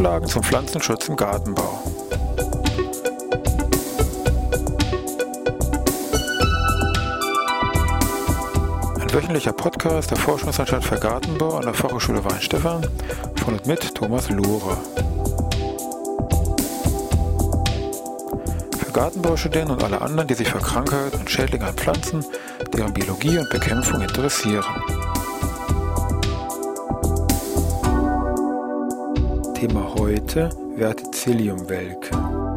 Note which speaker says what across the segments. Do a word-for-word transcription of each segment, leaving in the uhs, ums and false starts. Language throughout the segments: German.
Speaker 1: Grundlagen zum Pflanzenschutz im Gartenbau. Ein wöchentlicher Podcast der Forschungsanstalt für Gartenbau an der Fachhochschule Weihenstephan von und mit Thomas Lohrer. Für Gartenbaustudenten und alle anderen, die sich für Krankheiten und Schädlinge an Pflanzen, deren Biologie und Bekämpfung interessieren. Thema heute: Verticillium-Welke.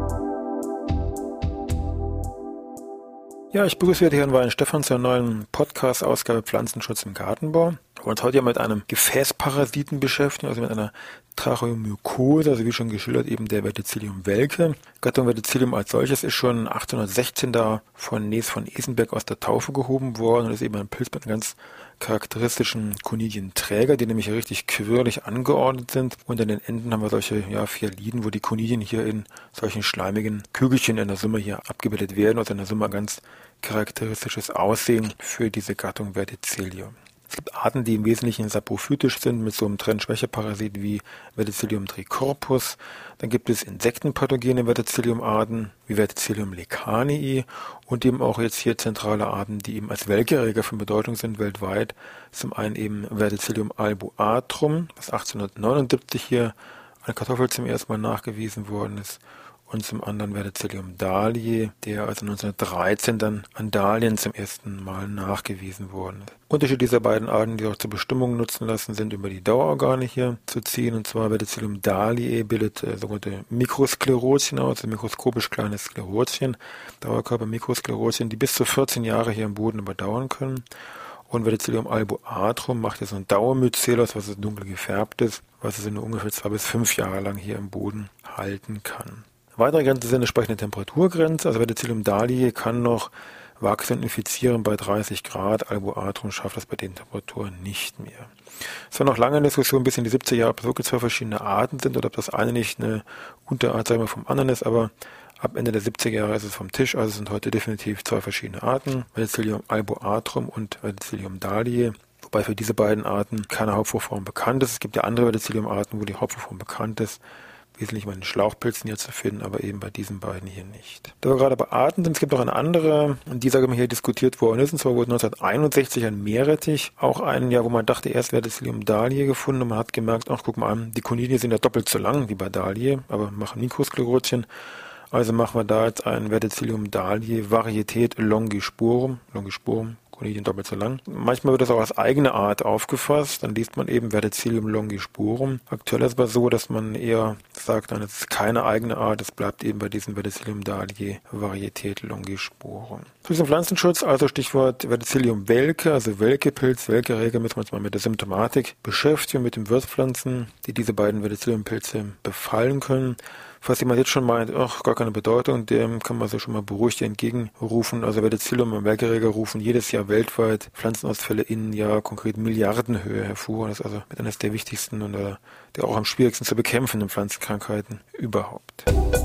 Speaker 1: Ja, ich begrüße wieder hier in Weihenstephan zur neuen Podcast-Ausgabe Pflanzenschutz im Gartenbau. Wir wollen uns heute ja mit einem Gefäßparasiten beschäftigen, also mit einer Tracheomykose, also wie schon geschildert eben der Verticillium-Welke. Gattung Verticillium als solches ist schon achtzehnhundertsechzehn da von Nees von Esenberg aus der Taufe gehoben worden und ist eben ein Pilz mit einem ganz charakteristischen Conidienträger, die nämlich richtig quirlig angeordnet sind. Und an den Enden haben wir solche ja, vier Liden, wo die Conidien hier in solchen schleimigen Kügelchen in der Summe hier abgebildet werden, also in der Summe ein ganz charakteristisches Aussehen für diese Gattung Verticillium. Es gibt Arten, die im Wesentlichen saprophytisch sind, mit so einem Trennschwächeparasit wie Verticillium tricorpus. Dann gibt es insektenpathogene Verticillium-Arten wie Verticillium lecanii und eben auch jetzt hier zentrale Arten, die eben als Welkerreger von Bedeutung sind weltweit. Zum einen eben Verticillium alboatrum, was achtzehnhundertneunundsiebzig hier an Kartoffel zum ersten Mal nachgewiesen worden ist. Und zum anderen Verticillium daliae, der also neunzehnhundertdreizehn dann an Dahlien zum ersten Mal nachgewiesen worden ist. Unterschied dieser beiden Arten, die auch zur Bestimmung nutzen lassen, sind über die Dauerorgane hier zu ziehen. Und zwar Verticillium daliae bildet äh, sogenannte Mikrosklerotien aus, also mikroskopisch kleine Sklerotien, Dauerkörper-Mikrosklerotien, die bis zu vierzehn Jahre hier im Boden überdauern können. Und Verticillium alboatrum macht ja so ein Dauermyzel aus, was so dunkel gefärbt ist, was es nur ungefähr zwei bis fünf Jahre lang hier im Boden halten kann. Weitere Grenzen sind eine entsprechende Temperaturgrenze. Also Verticillium daliae kann noch wachsen und infizieren bei dreißig Grad. Alboatrum schafft das bei den Temperaturen nicht mehr. Es war noch lange in Diskussion bis in die siebziger Jahre, ob es wirklich zwei verschiedene Arten sind oder ob das eine nicht eine Unterart sagen wir, vom anderen ist. Aber ab Ende der siebziger Jahre ist es vom Tisch. Also es sind heute definitiv zwei verschiedene Arten. Verticillium alboatrum und Verticillium daliae. Wobei für diese beiden Arten keine Hauptfruchtform bekannt ist. Es gibt ja andere Verticillium-Arten, wo die Hauptfruchtform bekannt ist. Wesentlich bei den Schlauchpilzen hier zu finden, aber eben bei diesen beiden hier nicht. Da wir gerade bei Arten sind, es gibt noch eine andere, die sage ich mal hier diskutiert worden ist, und zwar wurde neunzehnhunderteinundsechzig ein Meerrettich, auch ein, ja, wo man dachte, erst wäre Verticillium daliae gefunden und man hat gemerkt, ach guck mal an, die Conidien sind ja doppelt so lang wie bei Daliae, aber machen Mikrosklerotien. Also machen wir da jetzt ein Verticillium daliae Varietät Longisporum, Longisporum, Conidien doppelt so lang. Manchmal wird das auch als eigene Art aufgefasst, dann liest man eben Verticillium longisporum. Aktuell ist es aber so, dass man eher sagt, nein, es ist keine eigene Art, es bleibt eben bei diesem Verticillium daliae Varietät Longisporum. Zu diesem Pflanzenschutz, also Stichwort Verticillium welke, also Welkepilz, Welkerreger, müssen wir uns mal mit der Symptomatik beschäftigen, mit den Wirtspflanzen, die diese beiden Verticillium-Pilze befallen können. Falls jemand jetzt schon meint, ach, gar keine Bedeutung, dem kann man so schon mal beruhigt entgegenrufen. Also Verticillium und Welkerreger rufen jedes Jahr weltweit Pflanzenausfälle in ja konkret Milliardenhöhe hervor. Das ist also mit eines der wichtigsten und der, der auch am schwierigsten zu bekämpfenden Pflanzenkrankheiten überhaupt.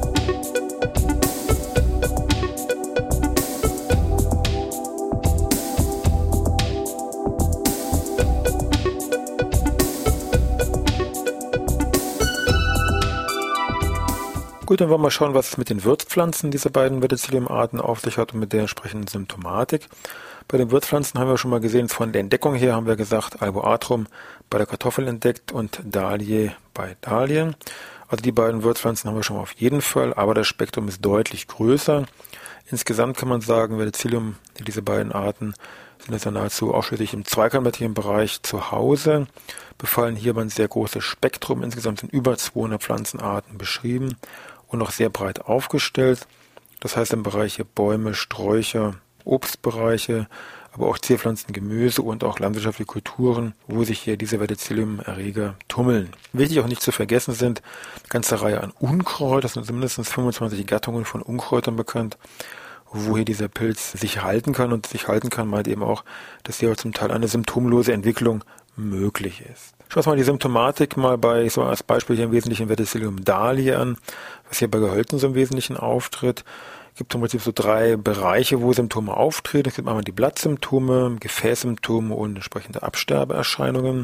Speaker 1: Gut, dann wollen wir mal schauen, was es mit den Wirtspflanzen dieser beiden Verticillium-Arten auf sich hat und mit der entsprechenden Symptomatik. Bei den Wirtspflanzen haben wir schon mal gesehen, von der Entdeckung her haben wir gesagt, Alboatrum bei der Kartoffel entdeckt und Daliae bei Dahlien. Also die beiden Wirtspflanzen haben wir schon mal auf jeden Fall, aber das Spektrum ist deutlich größer. Insgesamt kann man sagen, Verticillium, diese beiden Arten, sind jetzt ja nahezu ausschließlich im zweikalmblättrigen Bereich zu Hause, befallen hierbei ein sehr großes Spektrum. Insgesamt sind über zweihundert Pflanzenarten beschrieben und noch sehr breit aufgestellt. Das heißt im Bereich Bäume, Sträucher, Obstbereiche, aber auch Zierpflanzen, Gemüse und auch landwirtschaftliche Kulturen, wo sich hier diese Verticillium-Erreger tummeln. Wichtig auch nicht zu vergessen sind eine ganze Reihe an Unkräutern, das sind mindestens fünfundzwanzig Gattungen von Unkräutern bekannt, wo hier dieser Pilz sich halten kann. Und sich halten kann meint eben auch, dass hier zum Teil eine symptomlose Entwicklung möglich ist. Schauen wir uns mal die Symptomatik mal bei, so als Beispiel hier im Wesentlichen Verticillium daliae an, was hier bei Gehölzen so im Wesentlichen auftritt. Es gibt im Prinzip so drei Bereiche, wo Symptome auftreten. Es gibt einmal die Blattsymptome, Gefäßsymptome und entsprechende Absterbeerscheinungen.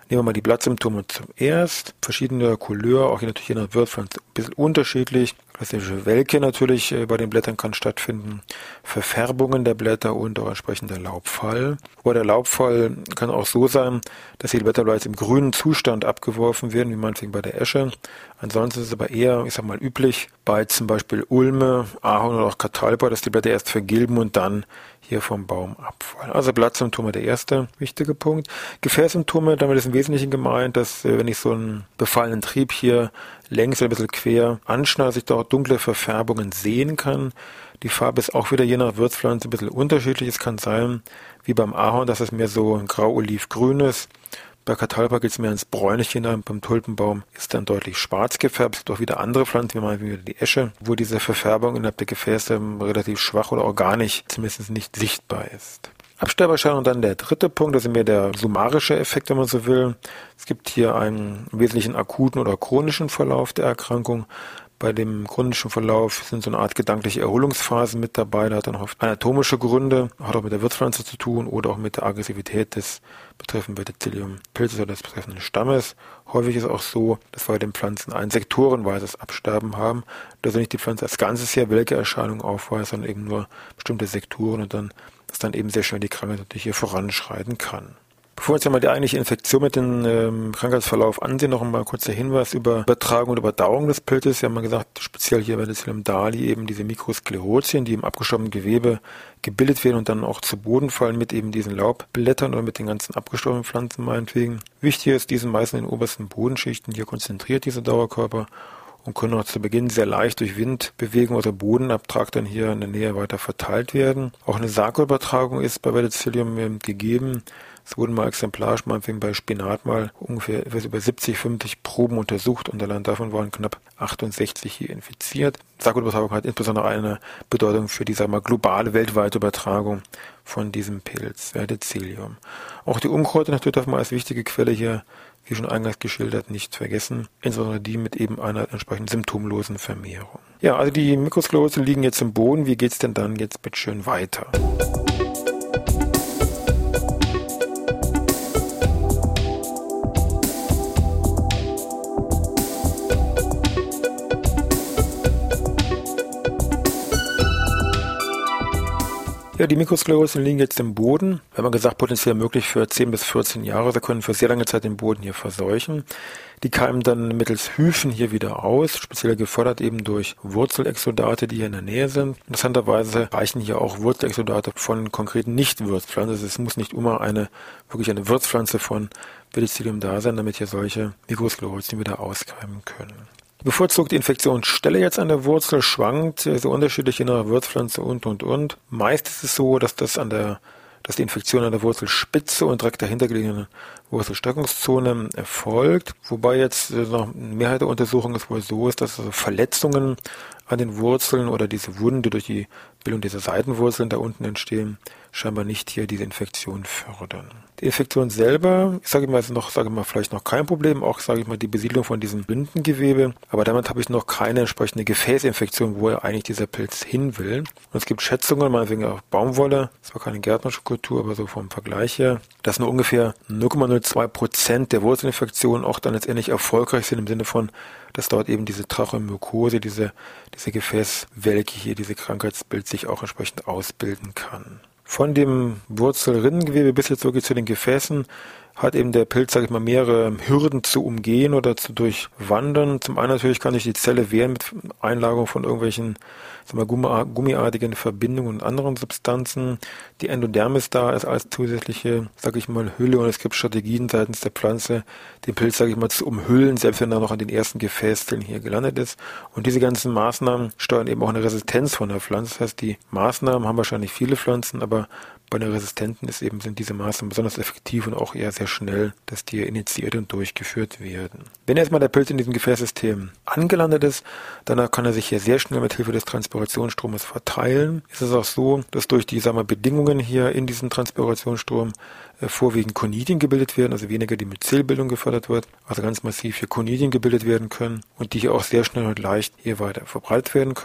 Speaker 1: Nehmen wir mal die Blattsymptome zuerst. Verschiedene Couleur, auch hier natürlich je nach Wirtspflanze ein bisschen unterschiedlich. Klassische Welke natürlich äh, bei den Blättern kann stattfinden. Verfärbungen der Blätter und auch entsprechender Laubfall. Aber der Laubfall kann auch so sein, dass die Blätter bereits im grünen Zustand abgeworfen werden, wie meinetwegen bei der Esche. Ansonsten ist es aber eher, ich sag mal, üblich bei zum Beispiel Ulme, Ahorn oder auch Catalpa, dass die Blätter erst vergilben und dann hier vom Baum abfallen. Also Blattsymptome der erste wichtige Punkt. Gefäßsymptome, damit ist im Wesentlichen gemeint, dass äh, wenn ich so einen befallenen Trieb hier längs ein bisschen quer anschneide, dass ich dort dunkle Verfärbungen sehen kann. Die Farbe ist auch wieder je nach Wirtspflanze ein bisschen unterschiedlich. Es kann sein, wie beim Ahorn, dass es mehr so grau-olivgrün ist. Bei Catalpa geht es mehr ins Bräunliche hinein. Beim Tulpenbaum ist dann deutlich schwarz gefärbt. Es gibt auch wieder andere Pflanzen, wie mal wieder die Esche, wo diese Verfärbung innerhalb der Gefäße relativ schwach oder auch gar nicht, zumindest nicht sichtbar ist. Absterberscheinung dann der dritte Punkt, das ist mehr der summarische Effekt, wenn man so will. Es gibt hier einen wesentlichen akuten oder chronischen Verlauf der Erkrankung. Bei dem chronischen Verlauf sind so eine Art gedankliche Erholungsphasen mit dabei. Da hat dann oft anatomische Gründe, hat auch mit der Wirtspflanze zu tun oder auch mit der Aggressivität des betreffenden Verticillium-Pilzes oder des betreffenden Stammes. Häufig ist es auch so, dass wir bei den Pflanzen ein sektorenweises Absterben haben, dass nicht die Pflanze als Ganzes hier welche Erscheinungen aufweist, sondern eben nur bestimmte Sektoren und dann, dass dann eben sehr schnell die Krankheit natürlich hier voranschreiten kann. Bevor wir uns ja mal die eigentliche Infektion mit dem ähm, Krankheitsverlauf ansehen, noch einmal kurz der Hinweis über Übertragung und Überdauerung des Pilzes. Wir haben mal gesagt, speziell hier bei Verticillium dali eben diese Mikrosklerotien, die im abgestorbenen Gewebe gebildet werden und dann auch zu Boden fallen mit eben diesen Laubblättern oder mit den ganzen abgestorbenen Pflanzen meinetwegen. Wichtig ist, die sind meistens in den obersten Bodenschichten hier konzentriert, diese Dauerkörper, und können auch zu Beginn sehr leicht durch Windbewegung oder Bodenabtrag dann hier in der Nähe weiter verteilt werden. Auch eine Sarkoübertragung ist bei Verticillium gegeben. Es wurden mal exemplarisch, meinetwegen bei Spinat mal ungefähr über siebzig, fünfzig Proben untersucht und allein davon waren knapp achtundsechzig hier infiziert. Sarkoübertragung hat insbesondere eine Bedeutung für die, sagen wir mal, globale, weltweite Übertragung von diesem Pilz, Verticillium. Auch die Unkräuter natürlich darf man als wichtige Quelle hier, wie schon eingangs geschildert, nicht vergessen, insbesondere die mit eben einer entsprechend symptomlosen Vermehrung. Ja, also die Mikrosklerotien liegen jetzt im Boden. Wie geht's denn dann jetzt bitte schön weiter? Ja, die Mikrosklerotien liegen jetzt im Boden. Wir haben gesagt, potenziell möglich für zehn bis vierzehn Jahre. Sie können für sehr lange Zeit den Boden hier verseuchen. Die keimen dann mittels Hyphen hier wieder aus, speziell gefördert eben durch Wurzelexudate, die hier in der Nähe sind. Interessanterweise reichen hier auch Wurzelexudate von konkreten Nicht-Wirtspflanzen. Also es muss nicht immer eine, wirklich eine Wirtspflanze von Verticillium da sein, damit hier solche Mikrosklerotien wieder auskeimen können. Die bevorzugte Infektionsstelle jetzt an der Wurzel schwankt so unterschiedlich je nach Wirtspflanze und, und, und. Meist ist es so, dass das an der, dass die Infektion an der Wurzelspitze und direkt dahinter gelegenen Wurzelstockungszone erfolgt. Wobei jetzt noch eine Mehrheit der Untersuchungen es wohl so ist, dass also Verletzungen an den Wurzeln oder diese Wunde durch die Bildung dieser Seitenwurzeln da unten entstehen, scheinbar nicht hier diese Infektion fördern. Die Infektion selber, ich sage mal, ist noch, sage ich mal, vielleicht noch kein Problem, auch sage ich mal die Besiedlung von diesem Bindengewebe, aber damit habe ich noch keine entsprechende Gefäßinfektion, wo ja eigentlich dieser Pilz hin will. Und es gibt Schätzungen, meinetwegen auch Baumwolle, das war keine gärtnerische Kultur, aber so vom Vergleich her, dass nur ungefähr null Komma null zwei Prozent der Wurzelinfektionen auch dann letztendlich erfolgreich sind im Sinne von, dass dort eben diese Tracheomykose, diese, diese Gefäßwelke hier, diese Krankheitsbild sich auch entsprechend ausbilden kann. Von dem Wurzelrinnengewebe bis jetzt wirklich zu den Gefäßen hat eben der Pilz, sage ich mal, mehrere Hürden zu umgehen oder zu durchwandern. Zum einen natürlich kann sich die Zelle wehren mit Einlagerung von irgendwelchen, sagen wir, gummiartigen Verbindungen und anderen Substanzen. Die Endodermis da ist als zusätzliche, sage ich mal, Hülle, und es gibt Strategien seitens der Pflanze, den Pilz, sage ich mal, zu umhüllen, selbst wenn er noch an den ersten Gefäßzellen hier gelandet ist. Und diese ganzen Maßnahmen steuern eben auch eine Resistenz von der Pflanze. Das heißt, die Maßnahmen haben wahrscheinlich viele Pflanzen, aber bei den Resistenten ist eben, sind diese Maßnahmen besonders effektiv und auch eher sehr schnell, dass die initiiert und durchgeführt werden. Wenn erstmal der Pilz in diesem Gefäßsystem angelandet ist, dann kann er sich hier sehr schnell mit Hilfe des Transpirationsstromes verteilen. Es ist auch so, dass durch die, sagen wir, Bedingungen hier in diesem Transpirationsstrom äh, vorwiegend Konidien gebildet werden, also weniger die Myzelbildung gefördert wird, also ganz massiv hier Konidien gebildet werden können und die hier auch sehr schnell und leicht hier weiter verbreitet werden können.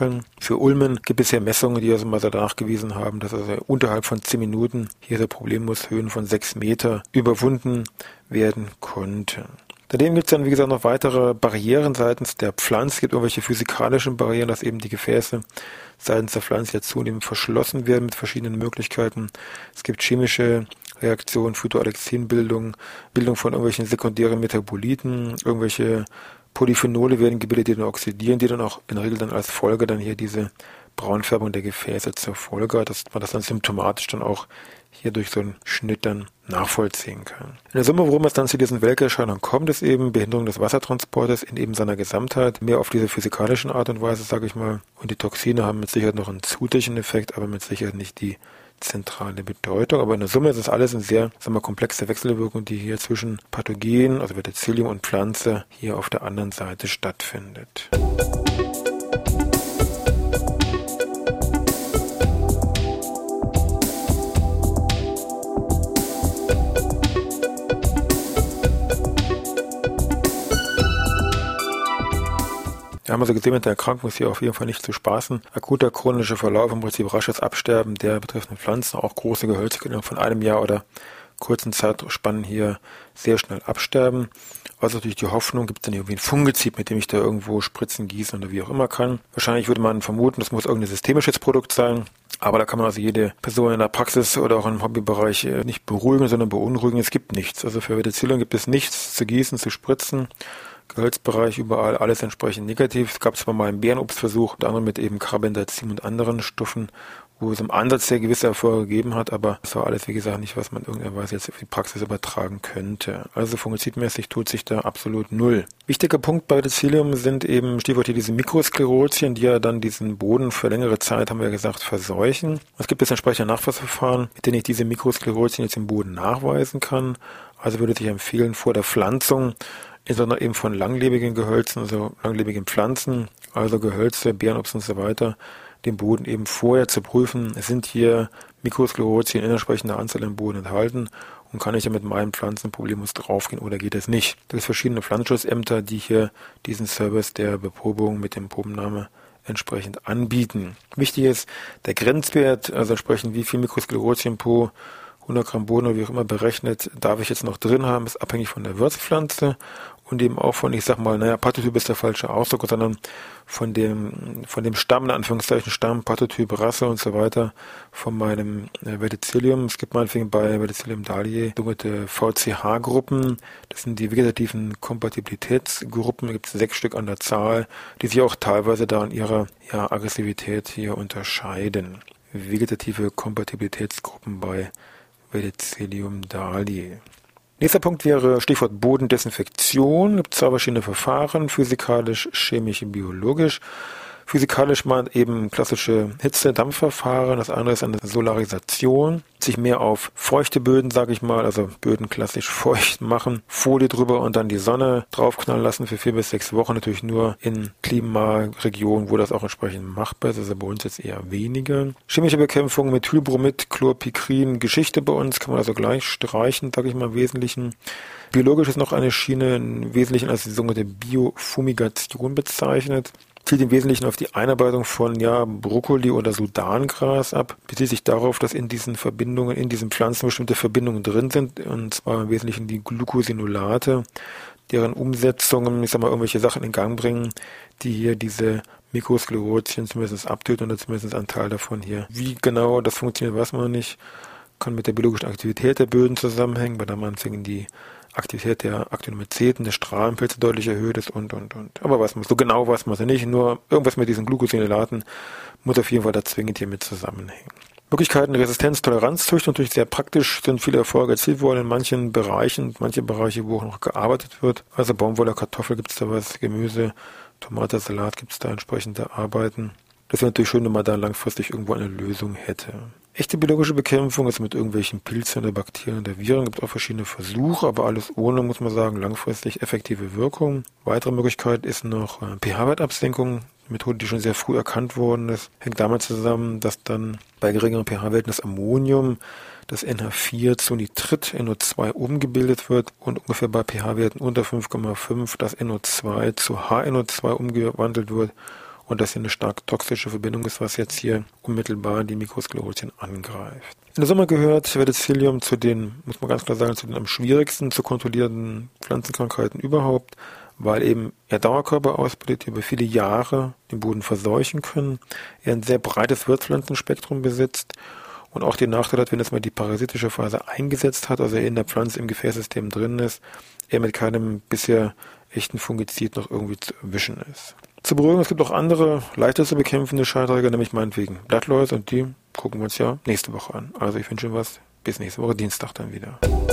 Speaker 1: Für Ulmen gibt es ja Messungen, die also mal so nachgewiesen haben, dass also unterhalb von zehn Minuten hier so problemlos Höhen von sechs Meter überwunden werden konnten. Daneben gibt es dann, wie gesagt, noch weitere Barrieren seitens der Pflanze. Es gibt irgendwelche physikalischen Barrieren, dass eben die Gefäße seitens der Pflanze jetzt zunehmend verschlossen werden mit verschiedenen Möglichkeiten. Es gibt chemische Reaktionen, Phytoalexinbildung, Bildung von irgendwelchen sekundären Metaboliten, irgendwelche Polyphenole werden gebildet, die dann oxidieren, die dann auch in der Regel dann als Folge dann hier diese Braunfärbung der Gefäße zur Folge hat, dass man das dann symptomatisch dann auch hier durch so einen Schnitt dann nachvollziehen kann. In der Summe, worum es dann zu diesen Welkerscheinungen kommt, ist eben Behinderung des Wassertransportes in eben seiner Gesamtheit, mehr auf diese physikalischen Art und Weise, sage ich mal. Und die Toxine haben mit Sicherheit noch einen zusätzlichen Effekt, aber mit Sicherheit nicht die zentrale Bedeutung. Aber in der Summe ist es alles eine sehr, sagen wir, komplexe Wechselwirkung, die hier zwischen Pathogen, also Verticillium und Pflanze, hier auf der anderen Seite stattfindet. Wir haben also gesehen, mit der Erkrankung ist hier auf jeden Fall nicht zu spaßen. Akuter chronischer Verlauf, im Prinzip rasches Absterben der betreffenden Pflanzen, auch große Gehölze können von einem Jahr oder kurzen Zeitspannen hier sehr schnell absterben. Also durch die Hoffnung gibt es dann irgendwie ein Fungizid, mit dem ich da irgendwo spritzen, gießen oder wie auch immer kann. Wahrscheinlich würde man vermuten, das muss irgendein systemisches Produkt sein. Aber da kann man also jede Person in der Praxis oder auch im Hobbybereich nicht beruhigen, sondern beunruhigen. Es gibt nichts. Also für Verticillium gibt es nichts zu gießen, zu spritzen. Gehölzbereich überall alles entsprechend negativ. Es gab zwar mal einen Bärenobstversuch, unter anderem mit eben Carbendazim und anderen Stoffen, wo es im Ansatz sehr gewisse Erfolge gegeben hat, aber das war alles, wie gesagt, nicht, was man in irgendeiner Weise jetzt auf die Praxis übertragen könnte. Also fungizidmäßig tut sich da absolut null. Wichtiger Punkt bei Verticillium sind eben, Stichwort hier diese Mikrosklerotien, die ja dann diesen Boden für längere Zeit, haben wir ja gesagt, verseuchen. Es gibt jetzt entsprechende Nachweisverfahren, mit denen ich diese Mikrosklerotien jetzt im Boden nachweisen kann. Also würde ich empfehlen, vor der Pflanzung, insbesondere eben von langlebigen Gehölzen, also langlebigen Pflanzen, also Gehölze, Beerenobst und so weiter, den Boden eben vorher zu prüfen. Es sind hier Mikrosklerotien in entsprechender Anzahl im Boden enthalten und kann ich ja mit meinen Pflanzen problemlos draufgehen oder geht es nicht. Da gibt es verschiedene Pflanzenschutzämter, die hier diesen Service der Beprobung mit dem Probenname entsprechend anbieten. Wichtig ist der Grenzwert, also entsprechend wie viel Mikrosklerotien pro hundert Gramm Boden oder wie auch immer berechnet, darf ich jetzt noch drin haben, ist abhängig von der Wirtspflanze und eben auch von, ich sag mal, naja, Pathotyp ist der falsche Ausdruck, sondern von dem, von dem Stamm, in Anführungszeichen Stamm, Pathotyp, Rasse und so weiter von meinem äh, Verticillium. Es gibt meinetwegen bei Verticillium dahliae sogenannte V C H-Gruppen. Das sind die vegetativen Kompatibilitätsgruppen. Da gibt es sechs Stück an der Zahl, die sich auch teilweise da in ihrer ja, Aggressivität hier unterscheiden. Vegetative Kompatibilitätsgruppen bei Verticillium dahliae. Nächster Punkt wäre Stichwort Bodendesinfektion. Es gibt zwei verschiedene Verfahren, physikalisch, chemisch, biologisch. Physikalisch meint eben klassische Hitze-Dampfverfahren. Das andere ist eine Solarisation. Sich mehr auf feuchte Böden, sage ich mal, also Böden klassisch feucht machen, Folie drüber und dann die Sonne draufknallen lassen für vier bis sechs Wochen. Natürlich nur in Klimaregionen, wo das auch entsprechend machbar ist. Also bei uns jetzt eher weniger. Chemische Bekämpfung, Methylbromid, Chlorpikrin, Geschichte bei uns, kann man also gleich streichen, sage ich mal im Wesentlichen. Biologisch ist noch eine Schiene im Wesentlichen als die sogenannte Biofumigation bezeichnet. Zielt im Wesentlichen auf die Einarbeitung von ja, Brokkoli oder Sudangras ab, bezieht sich darauf, dass in diesen Verbindungen, in diesen Pflanzen bestimmte Verbindungen drin sind, und zwar im Wesentlichen die Glucosinolate, deren Umsetzungen, ich sag mal, irgendwelche Sachen in Gang bringen, die hier diese Mikrosklerotien zumindest abtöten oder zumindest ein Teil davon hier. Wie genau das funktioniert, weiß man nicht. Kann mit der biologischen Aktivität der Böden zusammenhängen, weil da man die Aktivität der Aktinomyceten, der Strahlenpilze deutlich erhöht ist und, und, und. Aber was man so genau weiß man ja nicht. Nur irgendwas mit diesen Glucosinolaten muss auf jeden Fall da zwingend hier mit zusammenhängen. Möglichkeiten, Resistenz, Toleranzzüchtung, natürlich sehr praktisch, sind viele Erfolge erzielt worden in manchen Bereichen, manche Bereiche, wo auch noch gearbeitet wird. Also Baumwolle, Kartoffel gibt es da was, Gemüse, Tomate, Salat gibt es da entsprechende Arbeiten. Das wäre natürlich schön, wenn man da langfristig irgendwo eine Lösung hätte. Echte biologische Bekämpfung ist mit irgendwelchen Pilzen oder Bakterien oder Viren, gibt auch verschiedene Versuche, aber alles ohne, muss man sagen, langfristig effektive Wirkung. Weitere Möglichkeit ist noch pH-Wertabsenkung, eine Methode, die schon sehr früh erkannt worden ist. Hängt damit zusammen, dass dann bei geringeren pH-Werten das Ammonium, das N H vier zu Nitrit, N O zwei umgebildet wird und ungefähr bei pH-Werten unter fünf Komma fünf das N O zwei zu H N O zwei umgewandelt wird. und dass hier eine stark toxische Verbindung ist, was jetzt hier unmittelbar die Mikrosklerotien angreift. In der Summe gehört Verticillium zu den, muss man ganz klar sagen, zu den am schwierigsten zu kontrollierenden Pflanzenkrankheiten überhaupt, weil eben er Dauerkörper ausbildet, die über viele Jahre den Boden verseuchen können, er ein sehr breites Wirtspflanzenspektrum besitzt und auch den Nachteil hat, wenn es mal die parasitische Phase eingesetzt hat, also er in der Pflanze im Gefäßsystem drin ist, er mit keinem bisher echten Fungizid noch irgendwie zu erwischen ist. Zur Beruhigung, es gibt auch andere, leichter zu bekämpfende Schadträger, nämlich meinetwegen Blattläuse, und die gucken wir uns ja nächste Woche an. Also ich wünsche was, bis nächste Woche Dienstag dann wieder.